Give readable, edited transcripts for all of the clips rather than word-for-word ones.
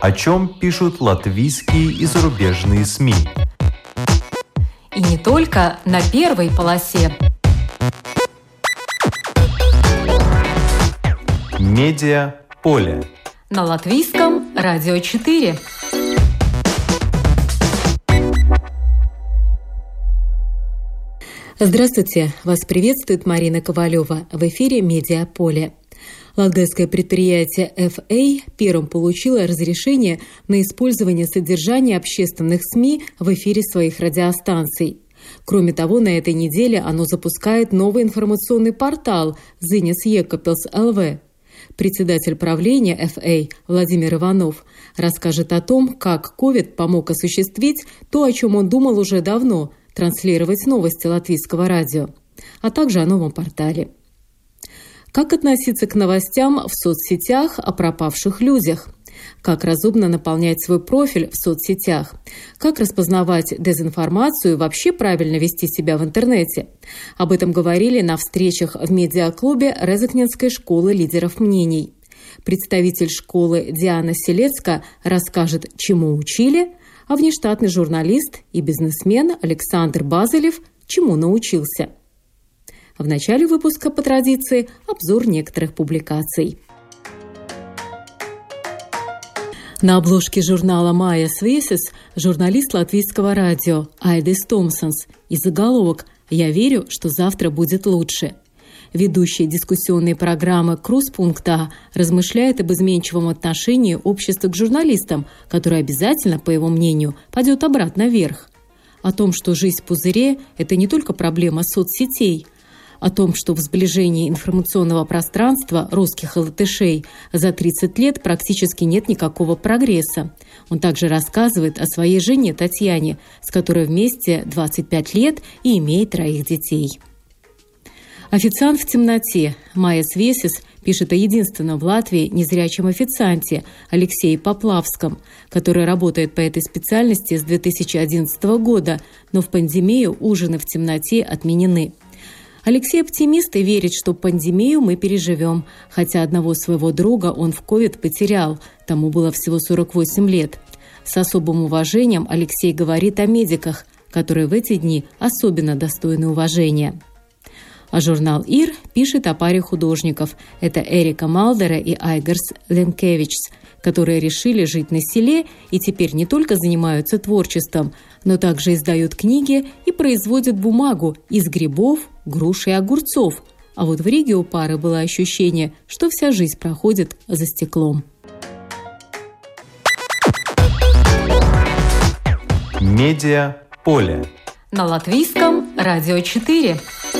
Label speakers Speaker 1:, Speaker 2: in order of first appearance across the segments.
Speaker 1: О чем пишут латвийские и зарубежные СМИ.
Speaker 2: И не только на первой полосе.
Speaker 1: Медиаполе.
Speaker 2: На Латвийском радио 4. Здравствуйте! Вас приветствует Марина Ковалева. В эфире «Медиаполе». Латгальское предприятие FA первым получило разрешение на использование содержания общественных СМИ в эфире своих радиостанций. Кроме того, на этой неделе оно запускает новый информационный портал Ziņas Jēkabpils LV. Председатель правления FA Владимир Иванов расскажет о том, как COVID помог осуществить то, о чем он думал уже давно – транслировать новости латвийского радио, а также о новом портале. Как относиться к новостям в соцсетях о пропавших людях? Как разумно наполнять свой профиль в соцсетях? Как распознавать дезинформацию и вообще правильно вести себя в интернете? Об этом говорили на встречах в медиаклубе Резекненской школы лидеров мнений. Представитель школы Диана Селецка расскажет, чему учили, а внештатный журналист и бизнесмен Александр Базелев чему научился. В начале выпуска, по традиции, обзор некоторых публикаций. На обложке журнала «Mājas Viesis» журналист латвийского радио Айдис Томсонс и заголовок «Я верю, что завтра будет лучше». Ведущая дискуссионной программы «Круспункта» размышляет об изменчивом отношении общества к журналистам, которое обязательно, по его мнению, пойдет обратно вверх. О том, что жизнь в пузыре – это не только проблема соцсетей, о том, что в сближении информационного пространства русских и латышей за 30 лет практически нет никакого прогресса. Он также рассказывает о своей жене Татьяне, с которой вместе 25 лет и имеет 3 детей. Официант в темноте. Mājas Viesis пишет о единственном в Латвии незрячем официанте Алексее Поплавском, который работает по этой специальности с 2011 года, но в пандемию ужины в темноте отменены. Алексей оптимист и верит, что пандемию мы переживем, хотя одного своего друга он в ковид потерял, тому было всего 48 лет. С особым уважением Алексей говорит о медиках, которые в эти дни особенно достойны уважения. А журнал «Ир» пишет о паре художников. Это Эрика Малдера и Айгарс Ленкевичс, которые решили жить на селе и теперь не только занимаются творчеством, но также издают книги и производят бумагу из грибов, груш и огурцов. А вот в Риге у пары было ощущение, что вся жизнь проходит за стеклом.
Speaker 1: Медиаполе.
Speaker 2: На Латвийском радио 4.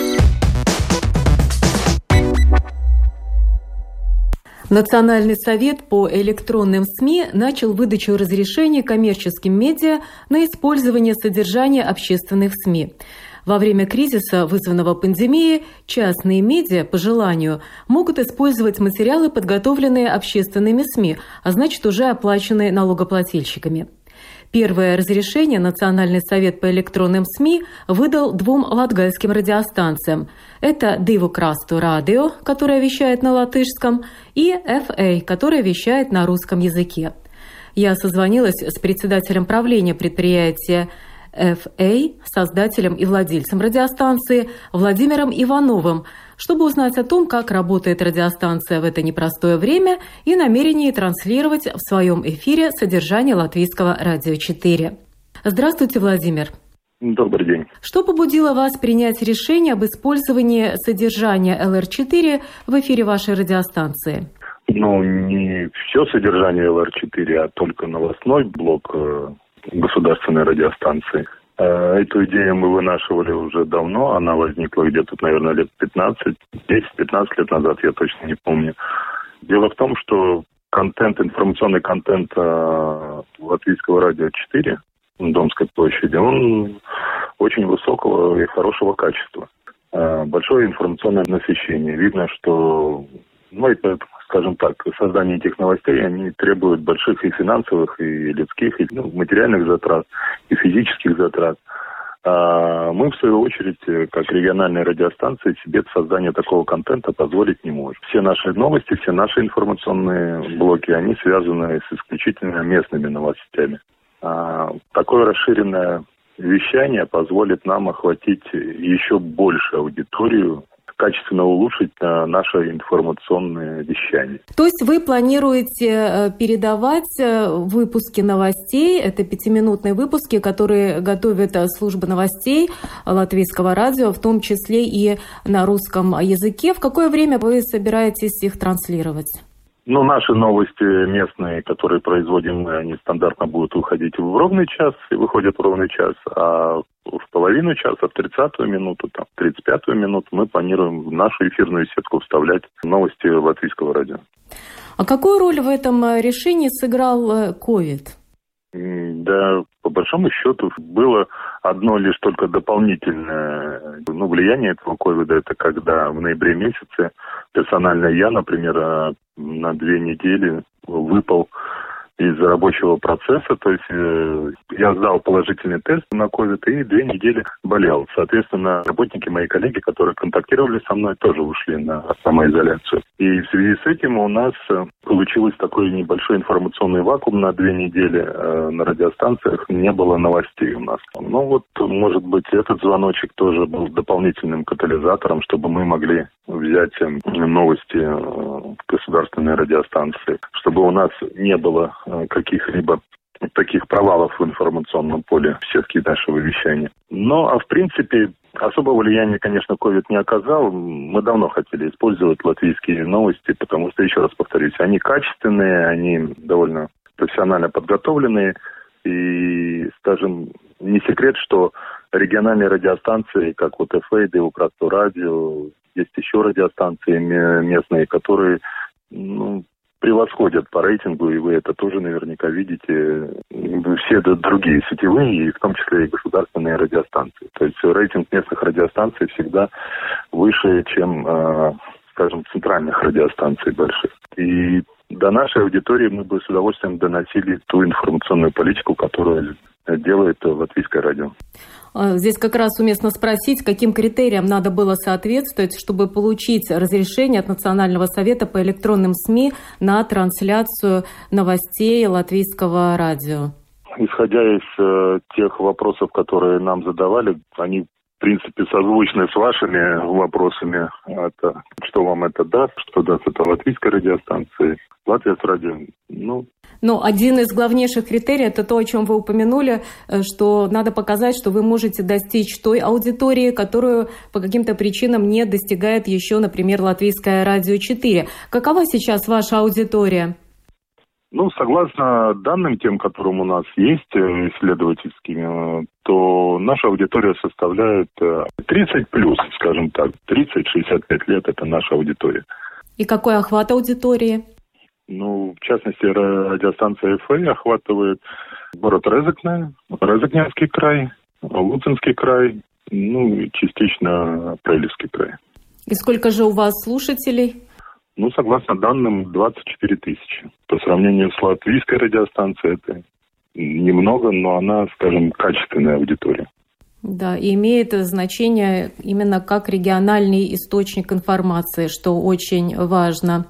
Speaker 2: Национальный совет по электронным СМИ начал выдачу разрешений коммерческим медиа на использование содержания общественных СМИ. Во время кризиса, вызванного пандемией, частные медиа, по желанию, могут использовать материалы, подготовленные общественными СМИ, а значит, уже оплаченные налогоплательщиками. Первое разрешение Национальный совет по электронным СМИ выдал 2 латгальским радиостанциям. Это Divu Krastu радио, которое вещает на латышском, и FA, которое вещает на русском языке. Я созвонилась с председателем правления предприятия FA, создателем и владельцем радиостанции Владимиром Ивановым, чтобы узнать о том, как работает радиостанция в это непростое время и намерении транслировать в своем эфире содержание латвийского радио 4. Здравствуйте, Владимир.
Speaker 3: Добрый день.
Speaker 2: Что побудило вас принять решение об использовании содержания LR4 в эфире вашей радиостанции?
Speaker 3: Не все содержание LR4, а только новостной блок государственной радиостанции. Эту идею мы вынашивали уже давно. Она возникла где-то, наверное, лет 15, 10-15 лет назад, я точно не помню. Дело в том, что информационный контент латвийского радио 4 на Домской площади, он очень высокого и хорошего качества. Большое информационное насыщение. Видно, что это, скажем так, создание этих новостей, они требуют больших и финансовых, и людских, и материальных затрат, и физических затрат. Мы, в свою очередь, как региональная радиостанция, себе создание такого контента позволить не можем. Все наши новости, все наши информационные блоки, они связаны с исключительно местными новостями. Такое расширенное вещание позволит нам охватить еще больше аудиторию, качественно улучшить наше информационное вещание.
Speaker 2: То есть вы планируете передавать выпуски новостей, это 5-минутные выпуски, которые готовит служба новостей Латвийского радио, в том числе и на русском языке. В какое время вы собираетесь их транслировать?
Speaker 3: Наши новости местные, которые производим мы, они стандартно будут выходить в ровный час и выходят в ровный час, а в половину часа, в 30-ю минуту, в 35-ю минуту мы планируем в нашу эфирную сетку вставлять новости Латвийского радио. А какую роль в этом решении сыграл COVID? Да, по большому счету, было одно лишь только дополнительное влияние этого ковида. Это когда в ноябре месяце персонально я, например, на 2 недели выпал из рабочего процесса, то есть я сдал положительный тест на ковид и 2 недели болел. Соответственно, работники, мои коллеги, которые контактировали со мной, тоже ушли на самоизоляцию. И в связи с этим у нас получился такой небольшой информационный вакуум на 2 недели. На радиостанциях не было новостей у нас. Может быть, этот звоночек тоже был дополнительным катализатором, чтобы мы могли взять новости государственной радиостанции, чтобы у нас не было каких-либо таких провалов в информационном поле в сетке нашего вещания. В принципе, особого влияния, конечно, COVID не оказал. Мы давно хотели использовать латвийские новости, потому что, еще раз повторюсь, они качественные, они довольно профессионально подготовленные. И, скажем, не секрет, что региональные радиостанции, как ФЭЙД, Украту радио, есть еще радиостанции местные, которые превосходят по рейтингу, и вы это тоже наверняка видите, все другие сетевые, и в том числе и государственные радиостанции. То есть рейтинг местных радиостанций всегда выше, чем, скажем, центральных радиостанций больших. И до нашей аудитории мы бы с удовольствием доносили ту информационную политику, которую делает Латвийское радио. Здесь как раз уместно спросить, каким критериям надо было соответствовать, чтобы получить разрешение от Национального совета по электронным СМИ на трансляцию новостей Латвийского радио. Исходя из тех вопросов, которые нам задавали, они в принципе созвучны с вашими вопросами. Это, что вам это даст, что даст это латвийской радиостанции, Латвия с радио. Один из главнейших критериев – это то, о чем вы упомянули, что надо показать, что вы можете достичь той аудитории, которую по каким-то причинам не достигает еще, например, Латвийское радио 4. Какова сейчас ваша аудитория? Согласно данным тем, которым у нас есть, исследовательскими, то наша аудитория составляет 30+, скажем так, 30-65 лет – это наша аудитория. И какой охват аудитории? В частности, радиостанция ФЭ охватывает город Резекне, Резекненский край, Луценский край, и частично Прилевский край. И сколько же у вас слушателей? Согласно данным, 24 тысячи. По сравнению с латвийской радиостанцией это немного, но она, скажем, качественная аудитория. Да, и имеет значение именно как региональный источник информации, что очень важно.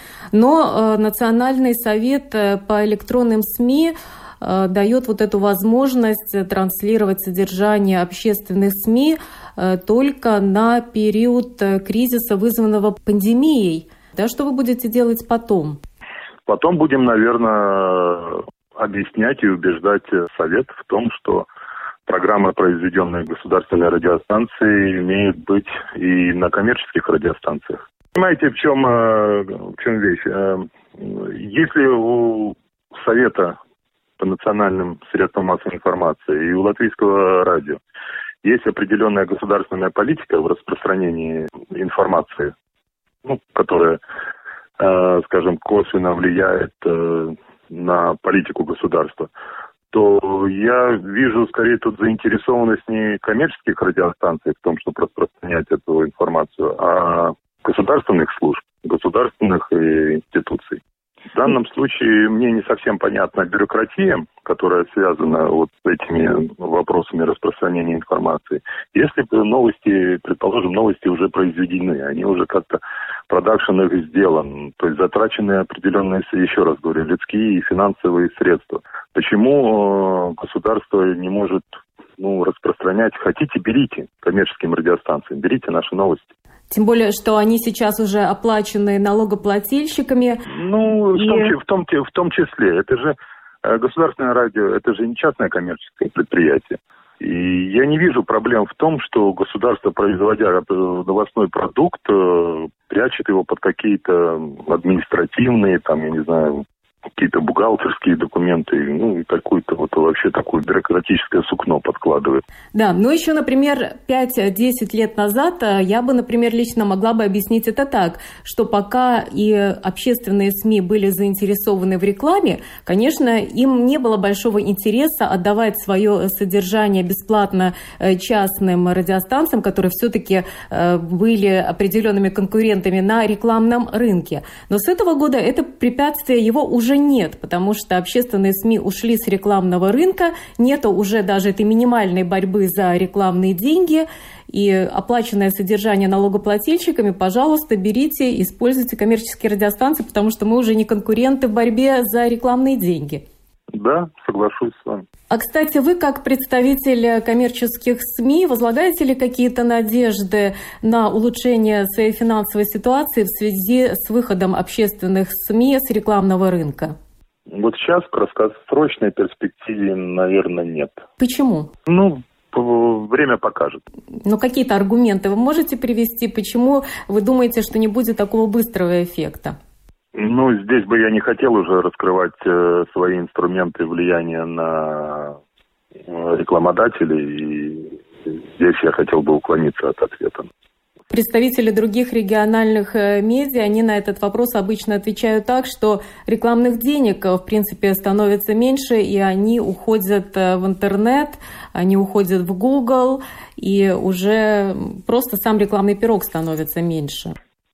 Speaker 3: Но Национальный совет по электронным СМИ дает эту возможность транслировать содержание общественных СМИ только на период кризиса, вызванного пандемией. Что вы будете делать потом? Потом будем, наверное, объяснять и убеждать Совет в том, что программы, произведенные государственной радиостанцией, имеют быть и на коммерческих радиостанциях. Понимаете, в чем вещь? Если у Совета по национальным средствам массовой информации и у Латвийского радио есть определенная государственная политика в распространении информации, которая, скажем, косвенно влияет на политику государства, то я вижу скорее тут заинтересованность не коммерческих радиостанций в том, чтобы распространять эту информацию, а государственных служб, государственных институций. В данном случае мне не совсем понятна бюрократия, которая связана вот с этими вопросами распространения информации. Если бы новости, предположим, новости уже произведены, они уже как-то продакшн их сделан, то есть затрачены определенные, еще раз говорю, людские и финансовые средства. Почему государство не может распространять? Хотите, берите коммерческим радиостанциям, берите наши новости.
Speaker 2: Тем более, что они сейчас уже оплачены налогоплательщиками.
Speaker 3: В том числе. Это же государственное радио, это же не частное коммерческое предприятие. И я не вижу проблем в том, что государство, производя новостной продукт, прячет его под какие-то административные, какие-то бухгалтерские документы, и какую-то вообще такое бюрократическое сукно подкладывает.
Speaker 2: Да, еще, например, 5-10 лет назад я бы, например, лично могла бы объяснить это так, что пока и общественные СМИ были заинтересованы в рекламе, конечно, им не было большого интереса отдавать свое содержание бесплатно частным радиостанциям, которые все-таки были определенными конкурентами на рекламном рынке. Но с этого года это препятствие его уже нет, потому что общественные СМИ ушли с рекламного рынка, нету уже даже этой минимальной борьбы за рекламные деньги, и оплаченное содержание налогоплательщиками, пожалуйста, берите, используйте коммерческие радиостанции, потому что мы уже не конкуренты в борьбе за рекламные деньги.
Speaker 3: Да, соглашусь с вами.
Speaker 2: А, кстати, вы, как представитель коммерческих СМИ, возлагаете ли какие-то надежды на улучшение своей финансовой ситуации в связи с выходом общественных СМИ с рекламного рынка?
Speaker 3: Вот сейчас в краткосрочной перспективе, наверное, нет.
Speaker 2: Почему?
Speaker 3: Время покажет.
Speaker 2: Какие-то аргументы вы можете привести? Почему вы думаете, что не будет такого быстрого эффекта?
Speaker 3: Здесь бы я не хотел уже раскрывать свои инструменты влияния на рекламодателей, и здесь я хотел бы уклониться от ответа.
Speaker 2: Представители других региональных медиа, они на этот вопрос обычно отвечают так, что рекламных денег, в принципе, становится меньше, и они уходят в интернет, они уходят в Google, и уже просто сам рекламный пирог становится меньше.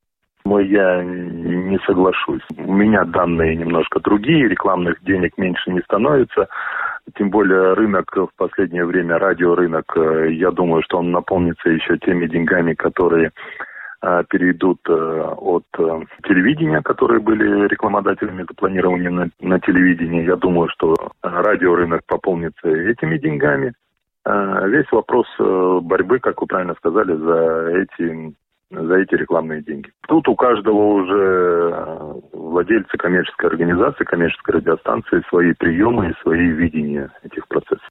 Speaker 3: Я не соглашусь. У меня данные немножко другие, рекламных денег меньше не становится. Тем более рынок в последнее время, радиорынок, я думаю, что он наполнится еще теми деньгами, которые перейдут от телевидения, которые были рекламодателями запланированы на телевидении. Я думаю, что радиорынок пополнится этими деньгами. Весь вопрос борьбы, как вы правильно сказали, за эти рекламные деньги. Тут у каждого уже владельца коммерческой организации, коммерческой радиостанции свои приемы и свои видения этих процессов.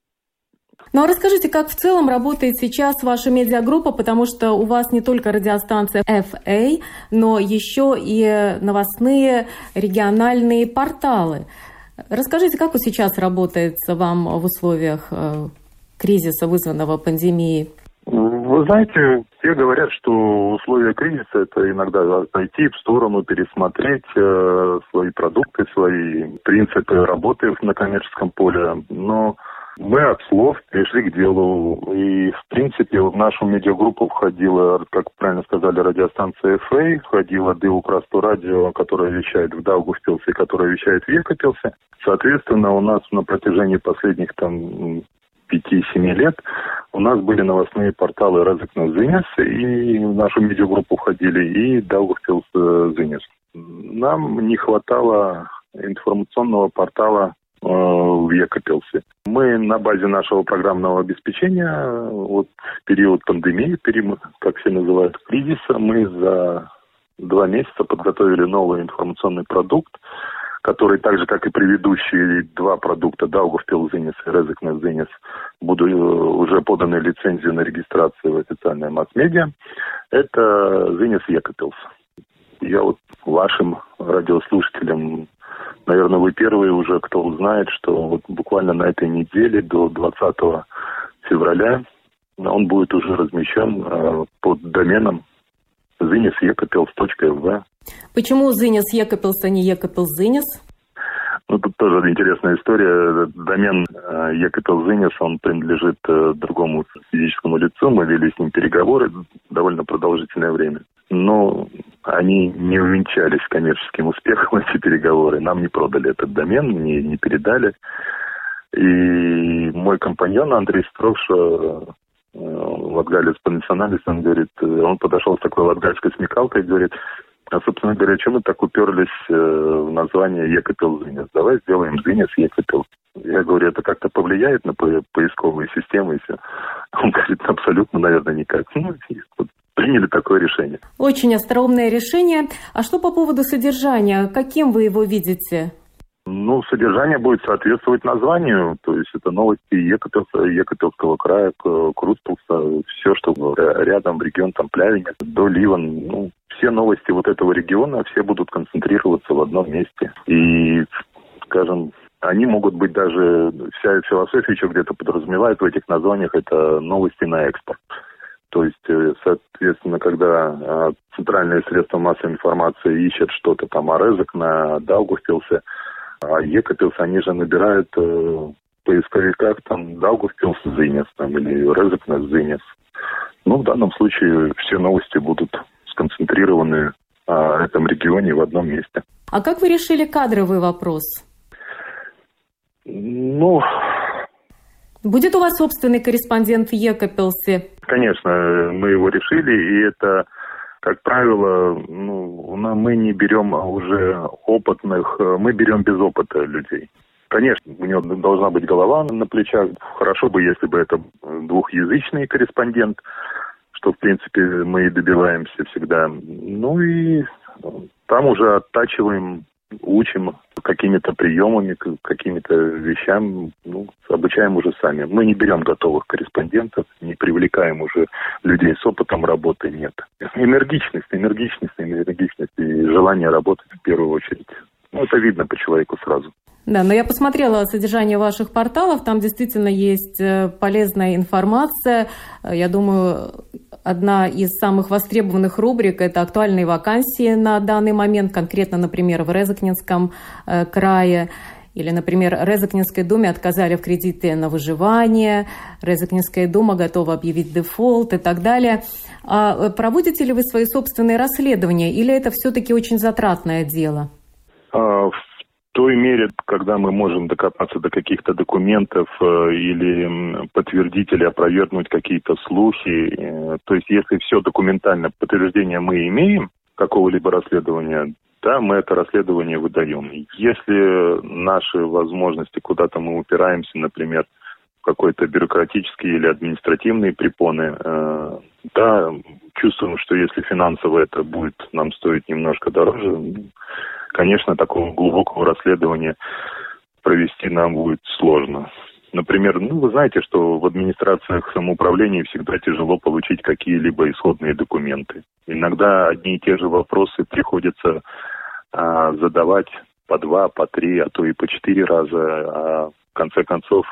Speaker 2: А расскажите, как в целом работает сейчас ваша медиагруппа, потому что у вас не только радиостанция FA, но еще и новостные региональные порталы. Расскажите, как сейчас работает вам в условиях кризиса, вызванного пандемией?
Speaker 3: Вы знаете, все говорят, что условия кризиса – это иногда отойти в сторону, пересмотреть свои продукты, свои принципы работы на коммерческом поле. Но мы от слов перешли к делу. И, в принципе, в нашу медиагруппу входила, как правильно сказали, радиостанция FA, входила ДУ-Красто радио, которое вещает в Даугавпилсе, которое вещает в Екапилсе. Соответственно, у нас на протяжении последних 5-7 лет у нас были новостные порталы Резекнес Зинес, и в нашу медиагруппу входили и Даугавпилс Зинес. Нам не хватало информационного портала в Екапилсе. Мы на базе нашего программного обеспечения, в период пандемии, как все называют, кризиса, мы за 2 месяца подготовили новый информационный продукт, который, так же, как и предыдущие 2 продукта, Даугавпилс Зинес и Резекнес Зинес, будут уже поданы лицензии на регистрацию в официальной масс-медиа. Это Зинес Екапилс. Я вашим радиослушателям, наверное, вы первые уже, кто узнает, что буквально на этой неделе до 20 февраля он будет уже размещен под доменом zinesjekapils.lv.
Speaker 2: Почему Зинес Екапилс, а не Екапилс Зинес?
Speaker 3: Тут тоже интересная история. Домен Екапилс Зинес, он принадлежит другому физическому лицу. Мы вели с ним переговоры довольно продолжительное время. Но они не увенчались коммерческим успехом, эти переговоры. Нам не продали этот домен, не передали. И мой компаньон Андрей Строкша, латгалец по национальности, он говорит, он подошел с такой латгальской смекалкой и говорит, а, собственно говоря, чем мы так уперлись в название Екапелс-Зынес? Давай сделаем Зынес Екапелс. Я говорю, это как-то повлияет на поисковые системы и все? Он говорит, абсолютно, наверное, никак. Приняли такое решение.
Speaker 2: Очень остроумное решение. А что по поводу содержания? Каким вы его видите?
Speaker 3: Содержание будет соответствовать названию. То есть это новости Екапельского края, Крустулса, все, что рядом, регион там Плявенец, до Ливан. Все новости вот этого региона, все будут концентрироваться в одном месте. И, скажем, они могут быть даже, вся философия еще где-то подразумевает в этих названиях, это новости на экспорт. То есть, соответственно, когда центральные средства массовой информации ищут что-то там о Резекне, Даугавпилсе, а Екапелс, они же набирают в поисковиках там Даугавпилс-Зынес или Резекне-Зынес. В данном случае все новости будут сконцентрированы о этом регионе в одном месте.
Speaker 2: А как вы решили кадровый вопрос? Будет у вас собственный корреспондент в Екапелсе?
Speaker 3: Конечно, мы его решили, и это, как правило, мы не берем уже опытных, мы берем без опыта людей. Конечно, у него должна быть голова на плечах. Хорошо бы, если бы это двухязычный корреспондент, что, в принципе, мы и добиваемся всегда. И там уже оттачиваем, учим какими-то приемами, какими-то вещам, обучаем уже сами. Мы не берем готовых корреспондентов, не привлекаем уже людей с опытом работы, нет. Энергичность и желание работать в первую очередь. Это видно по человеку сразу.
Speaker 2: Да, но я посмотрела содержание ваших порталов, там действительно есть полезная информация. Я думаю, одна из самых востребованных рубрик – это актуальные вакансии на данный момент, конкретно, например, в Резекненском крае. Или, например, Резекненской думе отказали в кредите на выживание, Резекненская дума готова объявить дефолт и так далее. А проводите ли вы свои собственные расследования, или это все-таки очень затратное дело?
Speaker 3: В той мере, когда мы можем докопаться до каких-то документов или подтвердить или опровергнуть какие-то слухи, то есть если все документально подтверждение мы имеем какого-либо расследования, да, мы это расследование выдаем. Если наши возможности, куда-то мы упираемся, например, в какой-то бюрократические или административные препоны, да, чувствуем, что если финансово это будет нам стоить немножко дороже, конечно, такого глубокого расследования провести нам будет сложно. Например, вы знаете, что в администрациях самоуправления всегда тяжело получить какие-либо исходные документы. Иногда одни и те же вопросы приходится задавать по 2, по 3, а то и по 4 раза. А в конце концов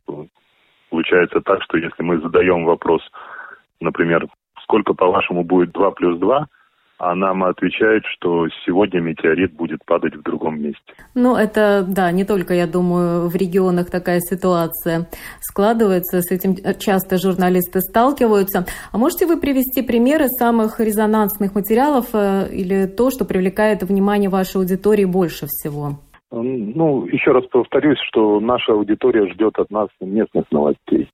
Speaker 3: получается так, что если мы задаем вопрос, например, сколько, по-вашему, будет 2 плюс 2, а нам отвечают, что сегодня метеорит будет падать в другом месте.
Speaker 2: Это, да, не только, я думаю, в регионах такая ситуация складывается, с этим часто журналисты сталкиваются. А можете вы привести примеры самых резонансных материалов или то, что привлекает внимание вашей аудитории больше всего?
Speaker 3: Еще раз повторюсь, что наша аудитория ждет от нас местных новостей.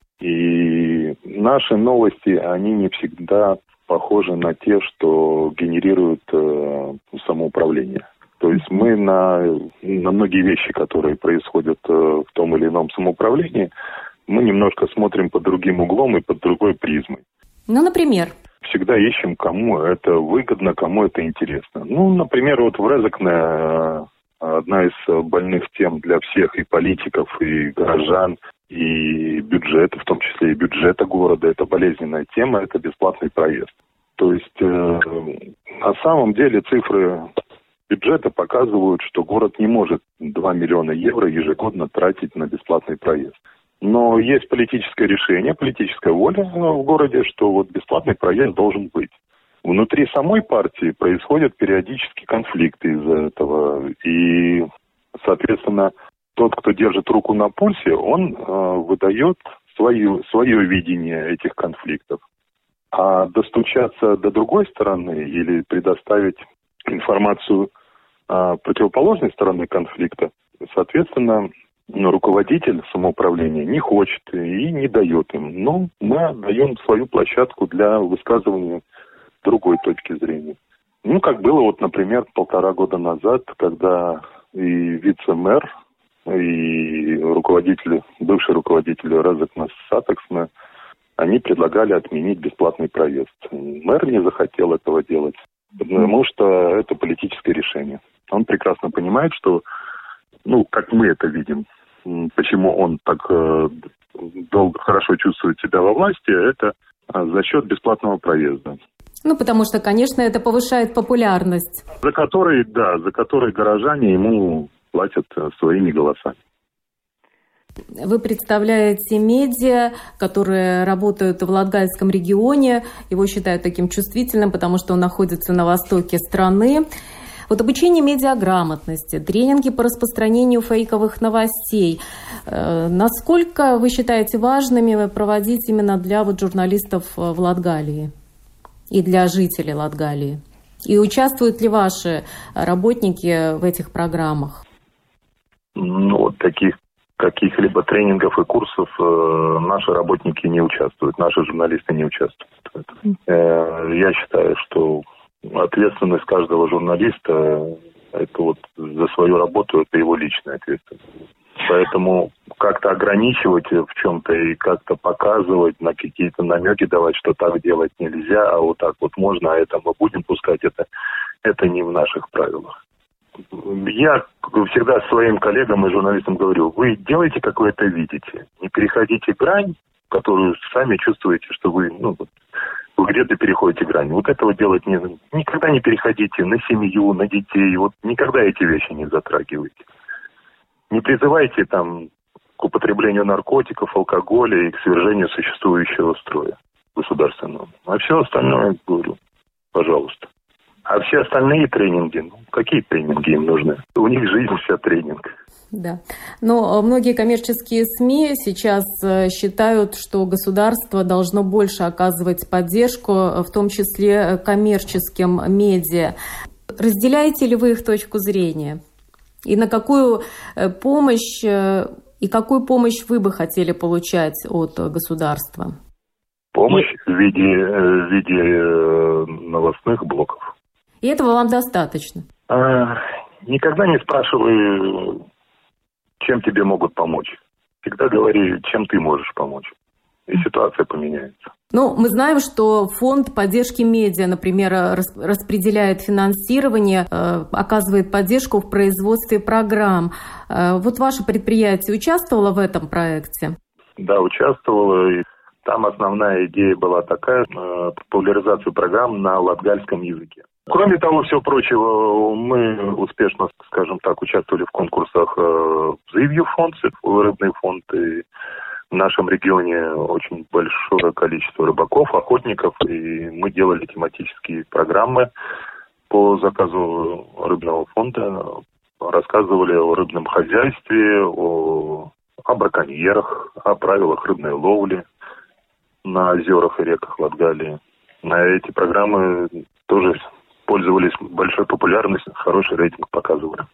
Speaker 3: И наши новости, они не всегда похожи на те, что генерируют самоуправление. То есть мы на многие вещи, которые происходят в том или ином самоуправлении, мы немножко смотрим под другим углом и под другой призмой.
Speaker 2: Например?
Speaker 3: Всегда ищем, кому это выгодно, кому это интересно. Например, в Резекне одна из больных тем для всех и политиков, и горожан, и бюджета, в том числе и бюджета города, это болезненная тема, это бесплатный проезд. То есть на самом деле цифры бюджета показывают, что город не может 2 миллиона евро ежегодно тратить на бесплатный проезд. Но есть политическое решение, политическая воля в городе, что бесплатный проезд должен быть. Внутри самой партии происходят периодически конфликты из-за этого. И, соответственно, тот, кто держит руку на пульсе, он выдает свое видение этих конфликтов. А достучаться до другой стороны или предоставить информацию противоположной стороны конфликта, соответственно, руководитель самоуправления не хочет и не дает им. Но мы даем свою площадку для высказывания другой точки зрения. Как было, например, 1,5 года назад, когда и вице-мэр, и бывший руководитель Резекнес Сатексме, они предлагали отменить бесплатный проезд. Мэр не захотел этого делать, потому что это политическое решение. Он прекрасно понимает, что, как мы это видим, почему он так хорошо чувствует себя во власти, это за счет бесплатного проезда.
Speaker 2: Потому что, конечно, это повышает популярность.
Speaker 3: За который горожане ему платят своими голосами.
Speaker 2: Вы представляете медиа, которые работают в Латгальском регионе. Его считают таким чувствительным, потому что он находится на востоке страны. Обучение медиаграмотности, тренинги по распространению фейковых новостей. Насколько вы считаете важными проводить именно для журналистов в Латгалии и для жителей Латгалии? И участвуют ли ваши работники в этих программах?
Speaker 3: Таких каких-либо тренингов и курсов наши работники не участвуют, наши журналисты не участвуют в этом. Я считаю, что ответственность каждого журналиста это за свою работу, это его личная ответственность. Поэтому как-то ограничивать в чем-то и как-то показывать, на какие-то намеки давать, что так делать нельзя, а так можно, а это мы будем пускать, это не в наших правилах. Я всегда своим коллегам и журналистам говорю, вы делайте, как вы это видите. Не переходите грань, которую сами чувствуете, что вы вы где-то переходите грань. Этого делать никогда не переходите на семью, на детей. Никогда эти вещи не затрагивайте. Не призывайте к употреблению наркотиков, алкоголя и к свержению существующего строя государственного. А все остальное, говорю, пожалуйста. А все остальные тренинги, какие тренинги им нужны? У них жизнь вся тренинг.
Speaker 2: Да. Но многие коммерческие СМИ сейчас считают, что государство должно больше оказывать поддержку, в том числе коммерческим медиа. Разделяете ли вы их точку зрения? И на какую помощь вы бы хотели получать от государства?
Speaker 3: Помощь в виде новостных блоков.
Speaker 2: И этого вам достаточно?
Speaker 3: Никогда не спрашивай, чем тебе могут помочь. Всегда говори, чем ты можешь помочь. И ситуация поменяется.
Speaker 2: Мы знаем, что фонд поддержки медиа, например, распределяет финансирование, оказывает поддержку в производстве программ. Ваше предприятие участвовало в этом проекте?
Speaker 3: Да, участвовало. И там основная идея была такая, популяризацию программ на латгальском языке. Кроме того, всего прочего, мы успешно, скажем так, участвовали в конкурсах «Зывью фонд», рыбный фонд. И в нашем регионе очень большое количество рыбаков, охотников. И мы делали тематические программы по заказу рыбного фонда. Рассказывали о рыбном хозяйстве, о браконьерах, о правилах рыбной ловли на озерах и реках Латгалии. Эти программы тоже пользовались большой популярностью, хороший рейтинг показывали.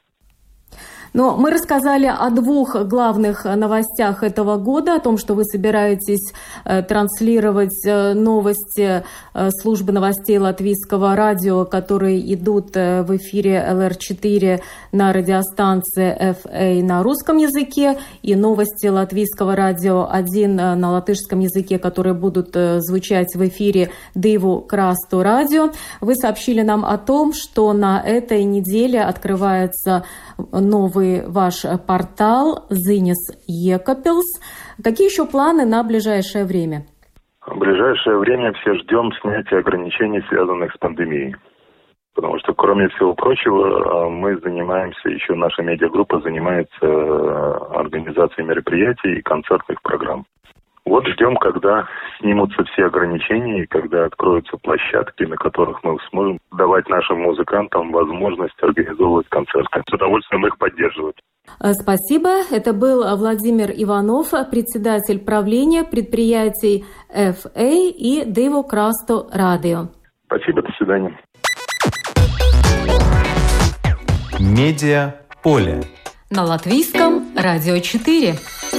Speaker 2: Но мы рассказали о 2 главных новостях этого года, о том, что вы собираетесь транслировать новости службы новостей Латвийского радио, которые идут в эфире ЛР4 на радиостанции FA на русском языке, и новости Латвийского радио 1 на латышском языке, которые будут звучать в эфире Диву Красту радио. Вы сообщили нам о том, что на этой неделе открывается новый ваш портал Ziņas Jēkabpils. Какие еще планы на ближайшее время?
Speaker 3: В ближайшее время все ждем снятия ограничений, связанных с пандемией. Потому что, кроме всего прочего, мы занимаемся, еще наша медиагруппа занимается организацией мероприятий и концертных программ. Ждем, когда снимутся все ограничения и когда откроются площадки, на которых мы сможем давать нашим музыкантам возможность организовывать концерты. С удовольствием их поддерживать.
Speaker 2: Спасибо. Это был Владимир Иванов, председатель правления предприятий FA и Devo Krasto Radio.
Speaker 3: Спасибо, до свидания.
Speaker 1: Медиаполе.
Speaker 2: На Латвийском радио 4.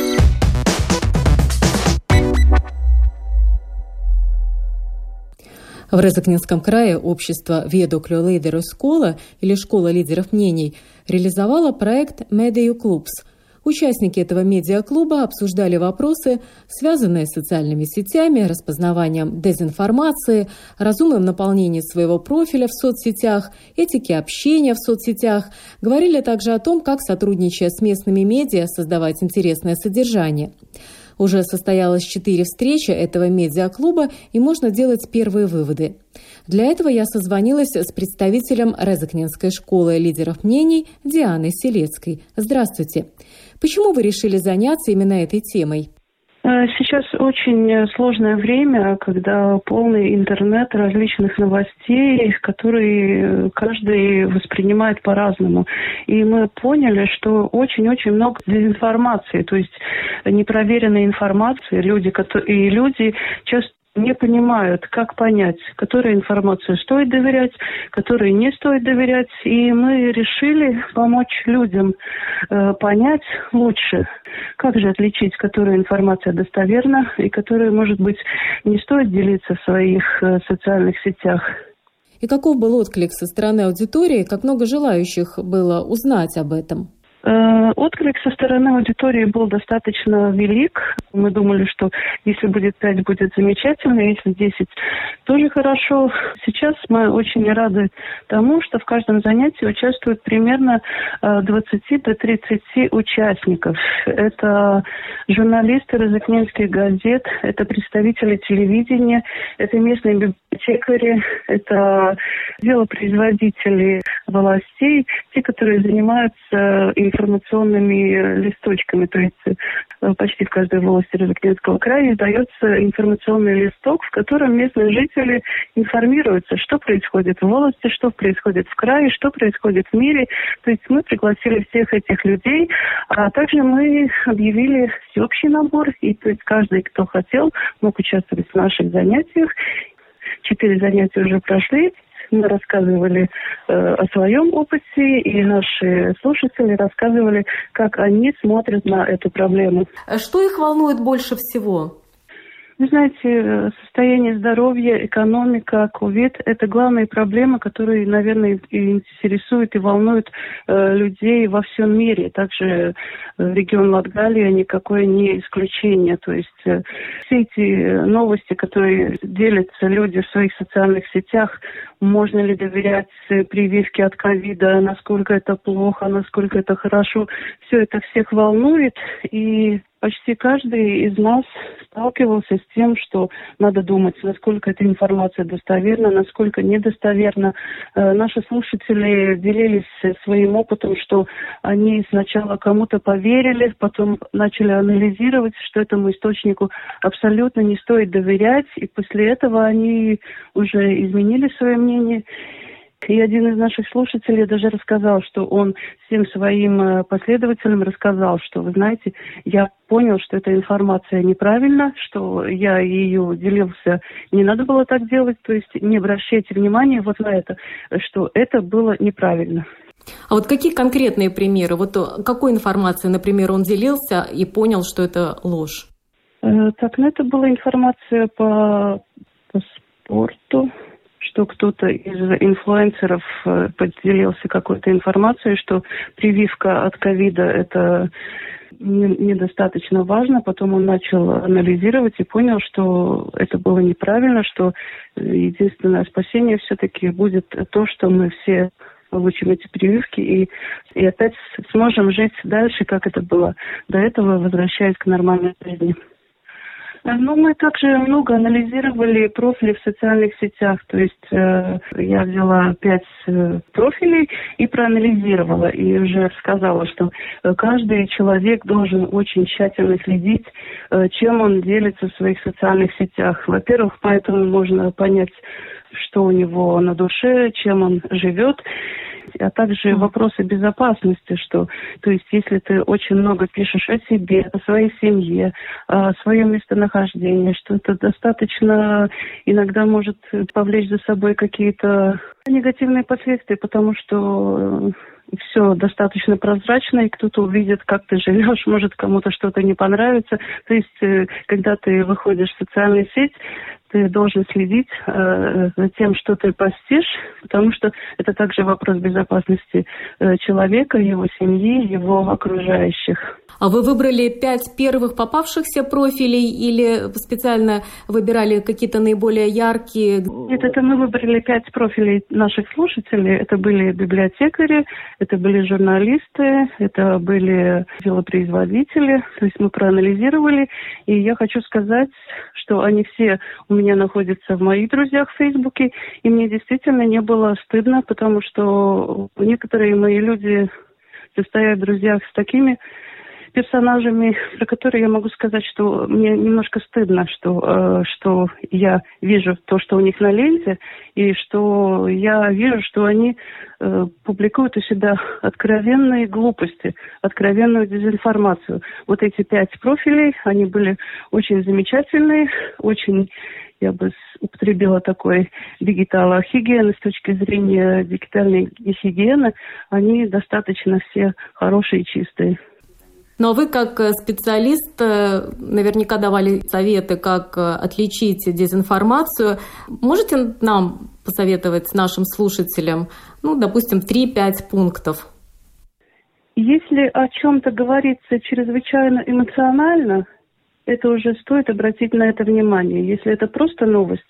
Speaker 2: В Резекненском крае общество Viedokļu līderu skola или школа лидеров мнений реализовало проект Mediju Klubs. Участники этого медиаклуба обсуждали вопросы, связанные с социальными сетями, распознаванием дезинформации, разумным наполнением своего профиля в соцсетях, этики общения в соцсетях. Говорили также о том, как, сотрудничая с местными медиа, создавать интересное содержание. Уже состоялось 4 встречи этого медиаклуба, и можно делать первые выводы. Для этого я созвонилась с представителем Резекненской школы лидеров мнений Дианой Селецкой. Здравствуйте. Почему вы решили заняться именно этой темой?
Speaker 4: Сейчас очень сложное время, когда полный интернет различных новостей, которые каждый воспринимает по-разному. И мы поняли, что очень-очень много дезинформации, то есть непроверенной информации. Люди часто не понимают, как понять, которой информации стоит доверять, которой не стоит доверять. И мы решили помочь людям понять лучше, как же отличить, которая информация достоверна и которая, может быть, не стоит делиться в своих социальных сетях.
Speaker 2: И каков был отклик со стороны аудитории? Как много желающих было узнать об этом?
Speaker 4: Отклик со стороны аудитории был достаточно велик. Мы думали, что если будет 5, будет замечательно, если 10, тоже хорошо. Сейчас мы очень рады тому, что в каждом занятии участвует примерно 20 до 30 участников. Это журналисты резекненских газет, это представители телевидения, это местные библиотекари, это делопроизводители властей, те, которые занимаются информационными листочками. То есть почти в каждой волости Резекненского края издается информационный листок, в котором местные жители информируются, что происходит в волости, что происходит в крае, что происходит в мире. То есть мы пригласили всех этих людей, а также мы объявили всеобщий набор, и то есть каждый, кто хотел, мог участвовать в наших занятиях. 4 занятия уже прошли. Мы рассказывали о своем опыте, и наши слушатели рассказывали, как они смотрят на эту проблему.
Speaker 2: Что их волнует больше всего?
Speaker 4: Вы знаете, состояние здоровья, экономика, ковид – это главные проблемы, которые, наверное, интересуют и волнуют людей во всем мире. Также регион Латгалия никакое не исключение. То есть все эти новости, которые делятся люди в своих социальных сетях, можно ли доверять прививке от ковида, насколько это плохо, насколько это хорошо, все это всех волнует, и почти каждый из нас сталкивался с тем, что надо думать, насколько эта информация достоверна, насколько недостоверна. Наши слушатели делились своим опытом, что они сначала кому-то поверили, потом начали анализировать, что этому источнику абсолютно не стоит доверять, и после этого они уже изменили свое мнение. И один из наших слушателей даже рассказал, что он всем своим последователям рассказал, что, вы знаете, я понял, что эта информация неправильна, что я ее делился, не надо было так делать, то есть не обращайте внимания вот на это, что это было неправильно.
Speaker 2: А вот какие конкретные примеры? Вот какой информацией, например, он делился и понял, что это ложь?
Speaker 4: Так, это была информация по спорту, что кто-то из инфлюенсеров поделился какой-то информацией, что прививка от ковида – это недостаточно важно. Потом он начал анализировать и понял, что это было неправильно, что единственное спасение все-таки будет то, что мы все получим эти прививки и опять сможем жить дальше, как это было до этого, возвращаясь к нормальной жизни. Ну, мы также много анализировали профили в социальных сетях. То есть я взяла 5 профилей и проанализировала. И уже сказала, что каждый человек должен очень тщательно следить, чем он делится в своих социальных сетях. Во-первых, поэтому можно понять, что у него на душе, чем он живет, а также вопросы безопасности, что, то есть, если ты очень много пишешь о себе, о своей семье, о своем местонахождении, что это достаточно иногда может повлечь за собой какие-то негативные последствия, потому что все достаточно прозрачно, и кто-то увидит, как ты живешь, может кому-то что-то не понравится. То есть, когда ты выходишь в социальную сеть, ты должен следить за тем, что ты постишь, потому что это также вопрос безопасности человека, его семьи, его окружающих.
Speaker 2: А вы выбрали 5 первых попавшихся профилей или специально выбирали какие-то наиболее яркие?
Speaker 4: Нет, это мы выбрали 5 профилей наших слушателей. Это были библиотекари, это были журналисты, это были делопроизводители. То есть мы проанализировали, и я хочу сказать, что они все у меня находятся в моих друзьях в Фейсбуке, и мне действительно не было стыдно, потому что некоторые мои люди состоят в друзьях с такими персонажами, про которые я могу сказать, что мне немножко стыдно, что я вижу то, что у них на ленте, и что я вижу, что они публикуют у себя откровенные глупости, откровенную дезинформацию. Вот эти 5 профилей, они были очень замечательные, очень, я бы употребила такой дигитал-хигиены, с точки зрения дигитальной гигиены, они достаточно все хорошие и чистые.
Speaker 2: Но вы, как специалист, наверняка давали советы, как отличить дезинформацию. Можете нам посоветовать нашим слушателям, допустим, 3-5 пунктов?
Speaker 4: Если о чем-то говорится чрезвычайно эмоционально, это уже стоит обратить на это внимание. Если это просто новость,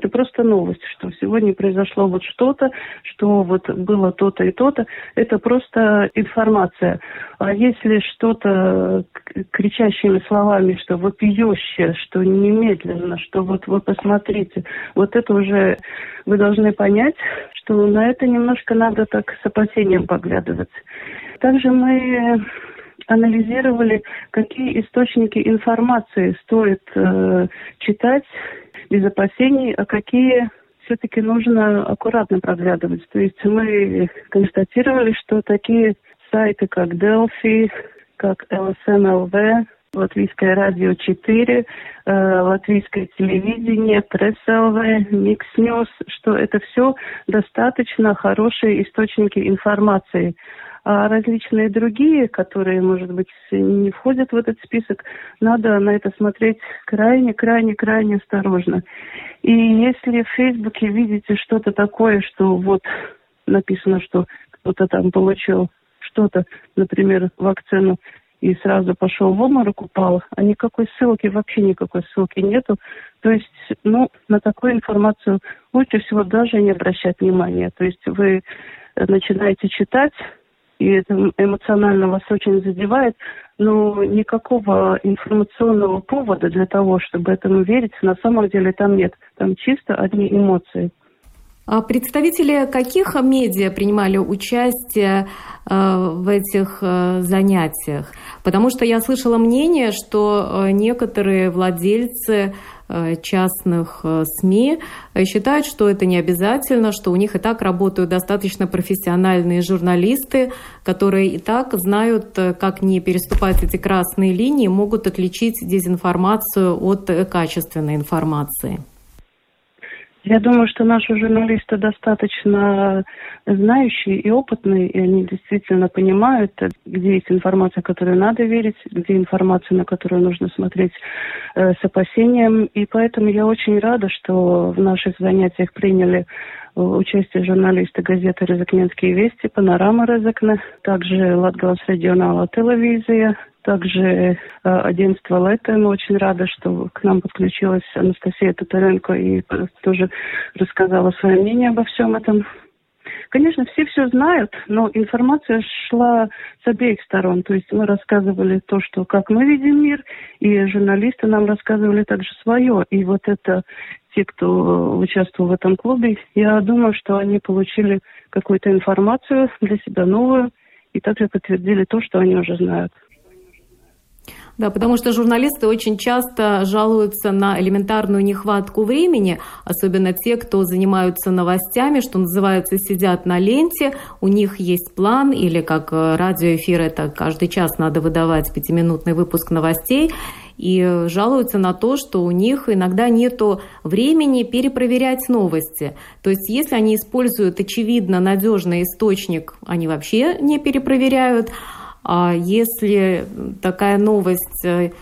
Speaker 4: что сегодня произошло вот что-то, что вот было то-то и то-то, это просто информация. А если что-то кричащими словами, что вопиющее, что немедленно, что вот вы посмотрите, вот это уже вы должны понять, что на это немножко надо так с опасением поглядывать. Также мы анализировали, какие источники информации стоит читать без опасений, а какие все-таки нужно аккуратно проглядывать. То есть мы констатировали, что такие сайты, как Delphi, как LSM-LV, Латвийское радио 4, Латвийское телевидение, Пресс-ЛВ, Микс Ньюс, что это все достаточно хорошие источники информации. А различные другие, которые, может быть, не входят в этот список, надо на это смотреть крайне осторожно. И если в Фейсбуке видите что-то такое, что вот написано, что кто-то там получил что-то, например, вакцину, и сразу пошел в обморок, упал, а вообще никакой ссылки нету. То есть, на такую информацию лучше всего даже не обращать внимания. То есть вы начинаете читать, и это эмоционально вас очень задевает, но никакого информационного повода для того, чтобы этому верить, на самом деле там нет. Там чисто одни эмоции.
Speaker 2: А представители каких медиа принимали участие в этих занятиях? Потому что я слышала мнение, что некоторые владельцы частных СМИ считают, что это не обязательно, что у них и так работают достаточно профессиональные журналисты, которые и так знают, как не переступать эти красные линии, могут отличить дезинформацию от качественной информации.
Speaker 4: Я думаю, что наши журналисты достаточно знающие и опытные, и они действительно понимают, где есть информация, которую надо верить, где информация, на которую нужно смотреть с опасением. И поэтому я очень рада, что в наших занятиях приняли участие журналисты газеты «Резакненские вести», «Панорама Резакне», также «Латгалас регионала телевизия», также агентство «Лето». Мы очень рады, что к нам подключилась Анастасия Татаренко и тоже рассказала свое мнение обо всем этом. Конечно, все знают, но информация шла с обеих сторон. То есть мы рассказывали то, что как мы видим мир, и журналисты нам рассказывали также свое. И вот это те, кто участвовал в этом клубе, я думаю, что они получили какую-то информацию для себя новую и также подтвердили то, что они уже знают.
Speaker 2: Да, потому что журналисты очень часто жалуются на элементарную нехватку времени, особенно те, кто занимаются новостями, что называется, сидят на ленте, у них есть план, или как радиоэфир, это каждый час надо выдавать 5-минутный выпуск новостей, и жалуются на то, что у них иногда нету времени перепроверять новости. То есть если они используют очевидно надежный источник, они вообще не перепроверяют. А если такая новость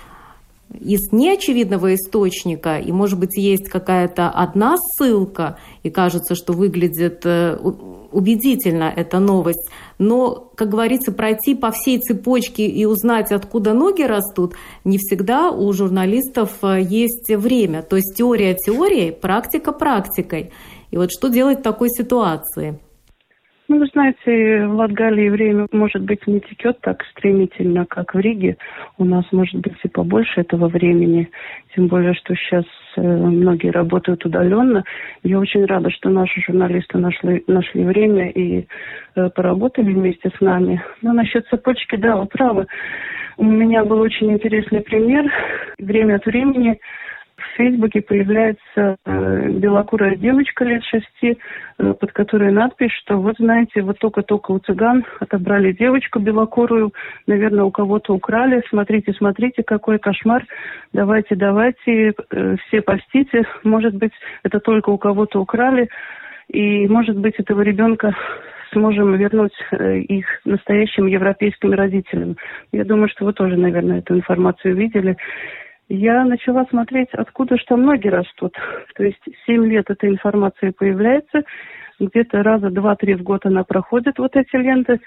Speaker 2: из неочевидного источника, и, может быть, есть какая-то одна ссылка, и кажется, что выглядит убедительно эта новость, но, как говорится, пройти по всей цепочке и узнать, откуда ноги растут, не всегда у журналистов есть время. То есть теория теорией, практика практикой. И вот что делать в такой ситуации?
Speaker 4: Ну, вы знаете, в Латгалии время, может быть, не текет так стремительно, как в Риге. У нас, может быть, и побольше этого времени. Тем более, что сейчас многие работают удаленно. Я очень рада, что наши журналисты нашли время и поработали вместе с нами. Но насчет цепочки, да, вы правы. У меня был очень интересный пример. Время от времени в Фейсбуке появляется белокурая девочка лет 6, под которой надпись, что вот знаете, вот только-только у цыган отобрали девочку белокурую, наверное, у кого-то украли, смотрите, какой кошмар, давайте, все постите, может быть, это только у кого-то украли, и, может быть, этого ребенка сможем вернуть их настоящим европейским родителям. Я думаю, что вы тоже, наверное, эту информацию видели. Я начала смотреть, откуда же там ноги растут. То есть 7 лет эта информация появляется, где-то раза 2-3 в год она проходит, вот эти ленты.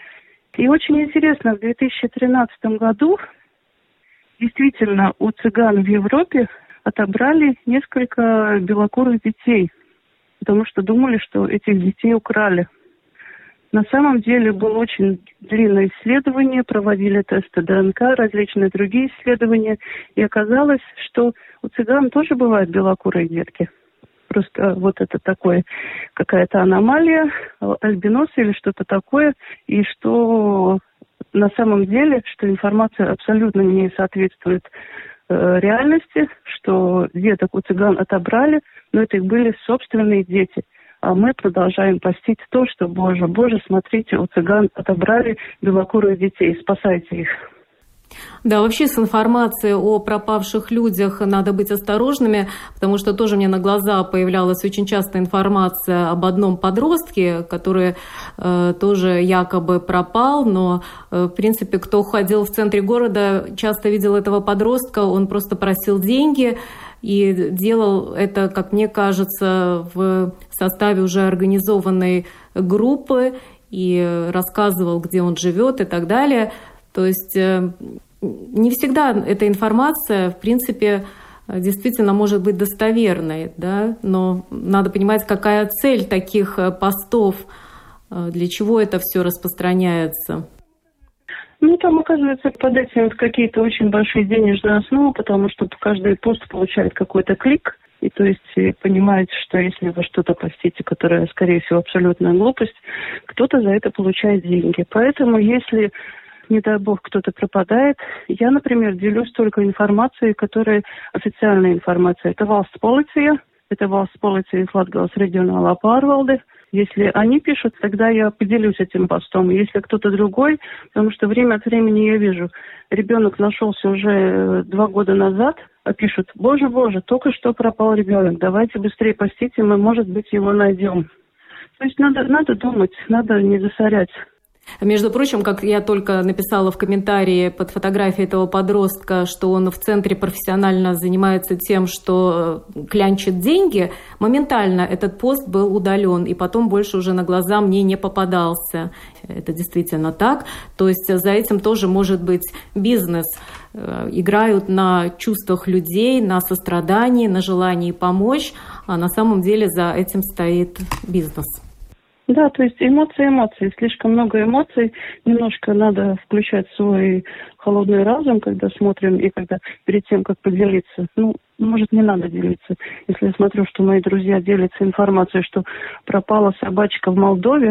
Speaker 4: И очень интересно, в 2013 году действительно у цыган в Европе отобрали несколько белокурых детей, потому что думали, что этих детей украли. На самом деле было очень длинное исследование, проводили тесты ДНК, различные другие исследования, и оказалось, что у цыган тоже бывают белокурые детки. Просто вот это такое, какая-то аномалия, альбинос или что-то такое, и что на самом деле, что информация абсолютно не соответствует реальности, что деток у цыган отобрали, но это их были собственные дети. А мы продолжаем постить то, что, Боже, смотрите, у цыган отобрали белокурых детей, спасайте их.
Speaker 2: Да, вообще с информацией о пропавших людях надо быть осторожными, потому что тоже мне на глаза появлялась очень часто информация об одном подростке, который тоже якобы пропал, но, в принципе, кто ходил в центре города, часто видел этого подростка, он просто просил деньги, и делал это, как мне кажется, в составе уже организованной группы и рассказывал, где он живет и так далее. То есть не всегда эта информация, в принципе, действительно может быть достоверной, да? Но надо понимать, какая цель таких постов, для чего это все распространяется.
Speaker 4: Ну, там, оказывается, под этим какие-то очень большие денежные основы, потому что каждый пост получает какой-то клик. И то есть понимаете, что если вы что-то постите, которое, скорее всего, абсолютная глупость, кто-то за это получает деньги. Поэтому, если, не дай бог, кто-то пропадает, я, например, делюсь только информацией, которая официальная информация. Это Valsts Policija Latgales reģionālā pārvalde. Если они пишут, тогда я поделюсь этим постом. Если кто-то другой, потому что время от времени я вижу, ребенок нашелся уже 2 года назад, а пишут: Боже, только что пропал ребенок, давайте быстрее постите, мы, может быть, его найдем. То есть надо думать, надо не засорять.
Speaker 2: Между прочим, как я только написала в комментарии под фотографией этого подростка, что он в центре профессионально занимается тем, что клянчит деньги, моментально этот пост был удален, и потом больше уже на глаза мне не попадался. Это действительно так. То есть за этим тоже может быть бизнес. Играют на чувствах людей, на сострадании, на желании помочь, а на самом деле за этим стоит бизнес.
Speaker 4: Да, то есть эмоции, слишком много эмоций, немножко надо включать свой холодный разум, когда смотрим и когда перед тем, как поделиться. Может, не надо делиться. Если я смотрю, что мои друзья делятся информацией, что пропала собачка в Молдове,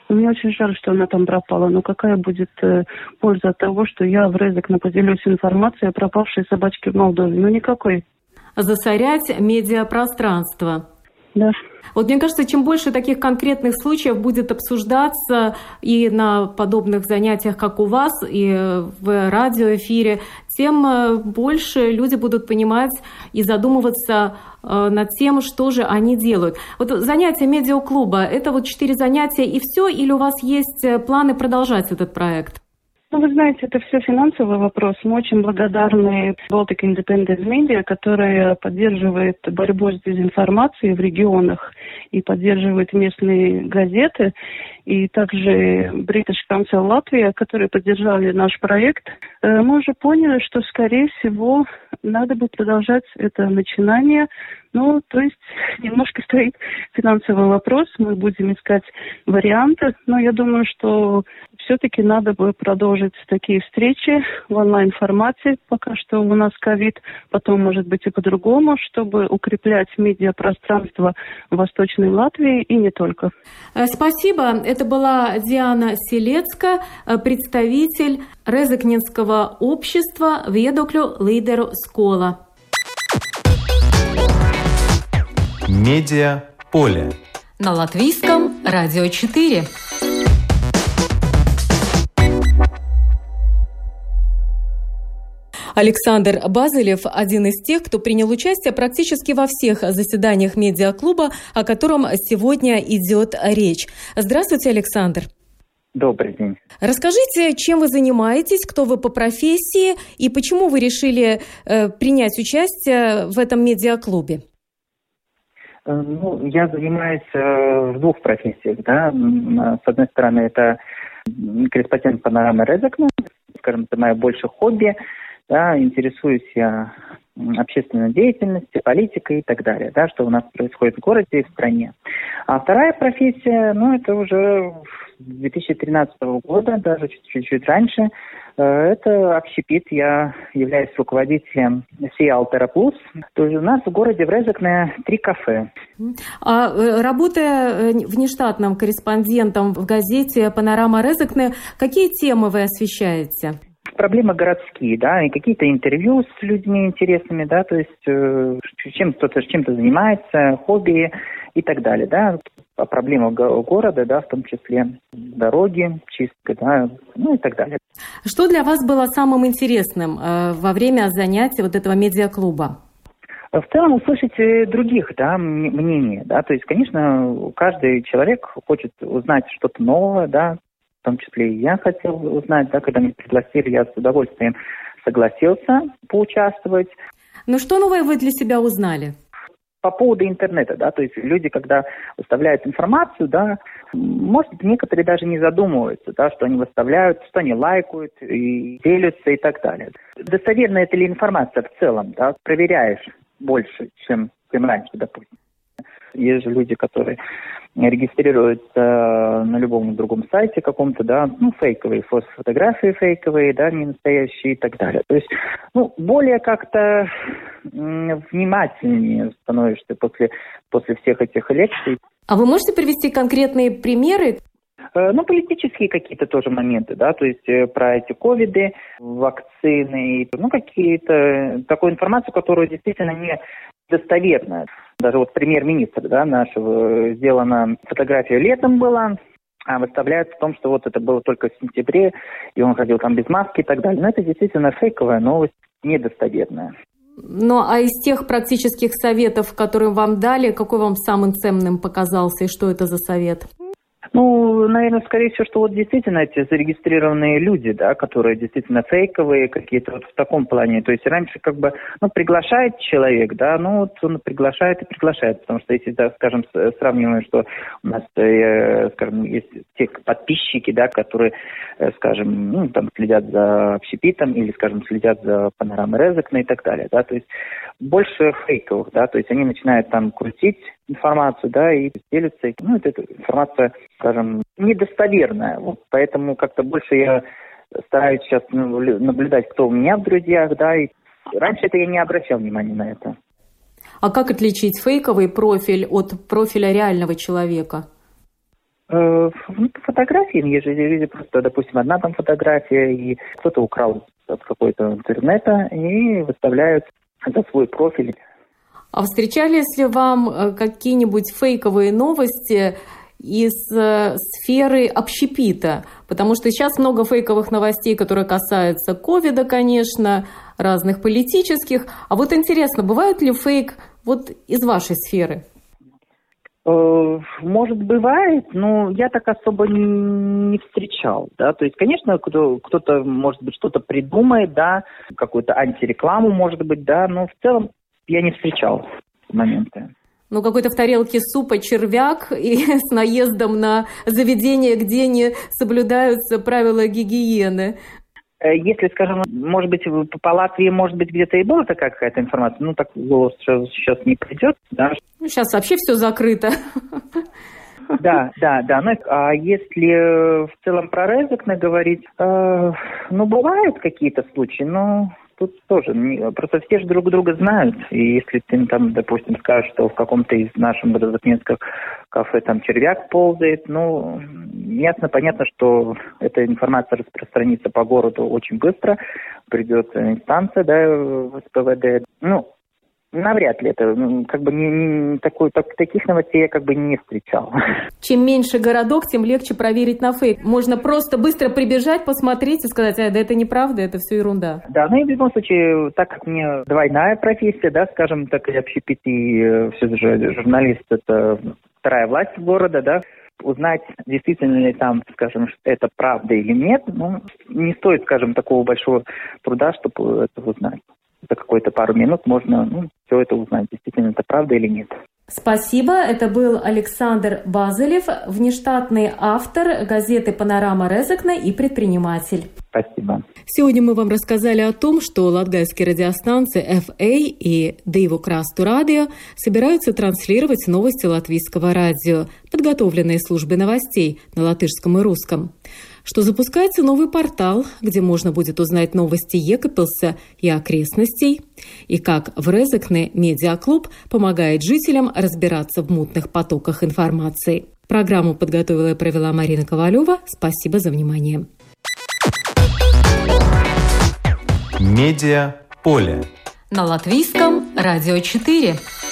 Speaker 4: Мне очень жаль, что она там пропала. Но какая будет польза от того, что я в Резекне поделюсь информацией о пропавшей собачке в Молдове? Ну, никакой.
Speaker 2: Засорять медиапространство.
Speaker 4: Да.
Speaker 2: Вот мне кажется, чем больше таких конкретных случаев будет обсуждаться и на подобных занятиях, как у вас, и в радиоэфире, тем больше люди будут понимать и задумываться над тем, что же они делают. Вот занятия медиаклуба – это вот 4 занятия и все, или у вас есть планы продолжать этот проект?
Speaker 4: Ну, вы знаете, это все финансовый вопрос. Мы очень благодарны Baltic Independent Media, которая поддерживает борьбу с дезинформацией в регионах и поддерживает местные газеты. И также British Council Латвия, которые поддержали наш проект. Мы уже поняли, что, скорее всего, надо будет продолжать это начинание. Ну, то есть немножко стоит финансовый вопрос. Мы будем искать варианты. Но я думаю, что все-таки надо бы продолжить такие встречи в онлайн-формате, пока что у нас ковид, потом, может быть, и по-другому, чтобы укреплять медиапространство в Восточной Латвии и не только.
Speaker 2: Спасибо. Это была Диана Селецка, представитель Резекненского общества «Viedokļu līderu skola».
Speaker 1: Медиаполе.
Speaker 2: На латвийском радио 4. Александр Базылев – один из тех, кто принял участие практически во всех заседаниях медиаклуба, о котором сегодня идет речь. Здравствуйте, Александр.
Speaker 5: Добрый день.
Speaker 2: Расскажите, чем вы занимаетесь, кто вы по профессии и почему вы решили принять участие в этом медиаклубе?
Speaker 5: Ну, я занимаюсь в 2 профессиях, да. С одной стороны, это корреспондент панорамы Резекне, скажем, это мое больше хобби, да, интересуюсь я общественной деятельностью, политикой и так далее, да, что у нас происходит в городе и в стране. А вторая профессия, ну, это уже 2013 года, даже чуть-чуть раньше, это общепит. Я являюсь руководителем Sea Altera Plus. То есть у нас в городе в Резекне 3 кафе.
Speaker 2: А работая внештатным корреспондентом в газете «Панорама Резекне», какие темы вы освещаете?
Speaker 5: Проблемы городские, да, и какие-то интервью с людьми интересными, да, то есть кто-то чем-то занимается, хобби и так далее, да. О проблемах города, да, в том числе дороги, чистка, да, ну и так далее.
Speaker 2: Что для вас было самым интересным во время занятий вот этого медиаклуба?
Speaker 5: В целом услышать других, да, мнения, да, то есть, конечно, каждый человек хочет узнать что-то новое, да, в том числе и я хотел узнать, да, когда меня пригласили, я с удовольствием согласился поучаствовать.
Speaker 2: Ну что новое вы для себя узнали?
Speaker 5: По поводу интернета, да, то есть люди, когда выставляют информацию, да, может быть, некоторые даже не задумываются, да, что они выставляют, что они лайкают и делятся и так далее. Достоверна это ли информация в целом, да, проверяешь больше, чем раньше, допустим. Есть же люди, которые регистрируются на любом другом сайте каком-то, да, ну, фейковые, фотографии фейковые, да, не настоящие и так далее. То есть, ну, более как-то внимательнее становишься после всех этих лекций.
Speaker 2: А вы можете привести конкретные примеры?
Speaker 5: Ну, политические какие-то тоже моменты, да, то есть про эти ковиды, вакцины, ну, какие-то, такую информацию, которая действительно не достоверная. Даже вот премьер-министр, да, нашего, сделана фотография летом была, а выставляют в том, что вот это было только в сентябре, и он ходил там без маски и так далее. Но это действительно фейковая новость, недостоверная.
Speaker 2: Ну, а из тех практических советов, которые вам дали, какой вам самым ценным показался и что это за совет?
Speaker 5: Ну, наверное, скорее всего, что вот действительно эти зарегистрированные люди, да, которые действительно фейковые какие-то вот в таком плане. То есть раньше как бы, ну, приглашает человек, да, ну, вот он приглашает и приглашает, потому что если, да, скажем, сравниваем, что у нас, скажем, есть те подписчики, да, которые, скажем, ну, там следят за общепитом или, скажем, следят за панорамой Резекне и так далее, да, то есть больше фейковых, да, то есть они начинают там крутить информацию, да, и делятся, ну, это информация, скажем, недостоверная, вот, поэтому как-то больше я стараюсь сейчас наблюдать, кто у меня в друзьях, да, и раньше это я не обращал внимания на это.
Speaker 2: А как отличить фейковый профиль от профиля реального человека?
Speaker 5: Фотографии есть же, просто, допустим, одна там фотография, и кто-то украл от какой-то интернета и выставляют за свой профиль.
Speaker 2: А встречались ли вам какие-нибудь фейковые новости из сферы общепита? Потому что сейчас много фейковых новостей, которые касаются ковида, конечно, разных политических. А вот интересно, бывает ли фейк вот из вашей сферы?
Speaker 5: Может, бывает, но я так особо не встречал, да, то есть, конечно, кто-то, может быть, что-то придумает, да, какую-то антирекламу, может быть, да, но в целом я не встречал моменты.
Speaker 2: Ну, какой-то в тарелке супа червяк и с наездом на заведение, где не соблюдаются правила гигиены.
Speaker 5: Если, скажем, может быть, по Латвии, может быть, где-то и была такая какая-то информация, ну, так в голову сейчас не придет, да.
Speaker 2: Ну, сейчас вообще все закрыто.
Speaker 5: Да. Ну, а если в целом про Резекне говорить, ну, бывают какие-то случаи, но тут тоже, просто все же друг друга знают, и если ты там, допустим, скажешь, что в каком-то из наших резекненских кафе там червяк ползает, ну, ясно, понятно, что эта информация распространится по городу очень быстро, придет инстанция, да, в СПВД, ну, навряд ли это, как бы таких новостей я как бы не встречал.
Speaker 2: Чем меньше городок, тем легче проверить на фейк. Можно просто быстро прибежать, посмотреть и сказать, да это неправда, это все ерунда.
Speaker 5: Да, ну и в любом случае, так как мне двойная профессия, да, скажем так, и общепит, и все же журналист, это вторая власть города, да, узнать, действительно ли там, скажем, это правда или нет, ну, не стоит, скажем, такого большого труда, чтобы это узнать. За какую-то пару минут можно все это узнать, действительно это правда или нет.
Speaker 2: Спасибо. Это был Александр Базелев, внештатный автор газеты «Панорама Резекне» и предприниматель.
Speaker 5: Спасибо.
Speaker 2: Сегодня мы вам рассказали о том, что латгальские радиостанции FA и Дīvu Krastu радио собираются транслировать новости латвийского радио, подготовленные службой новостей на латышском и русском. Что запускается новый портал, где можно будет узнать новости Екапилса и окрестностей, и как в Резекне медиаклуб помогает жителям разбираться в мутных потоках информации. Программу подготовила и провела Марина Ковалева. Спасибо за внимание.
Speaker 1: Медиаполе.
Speaker 2: На Латвийском радио 4.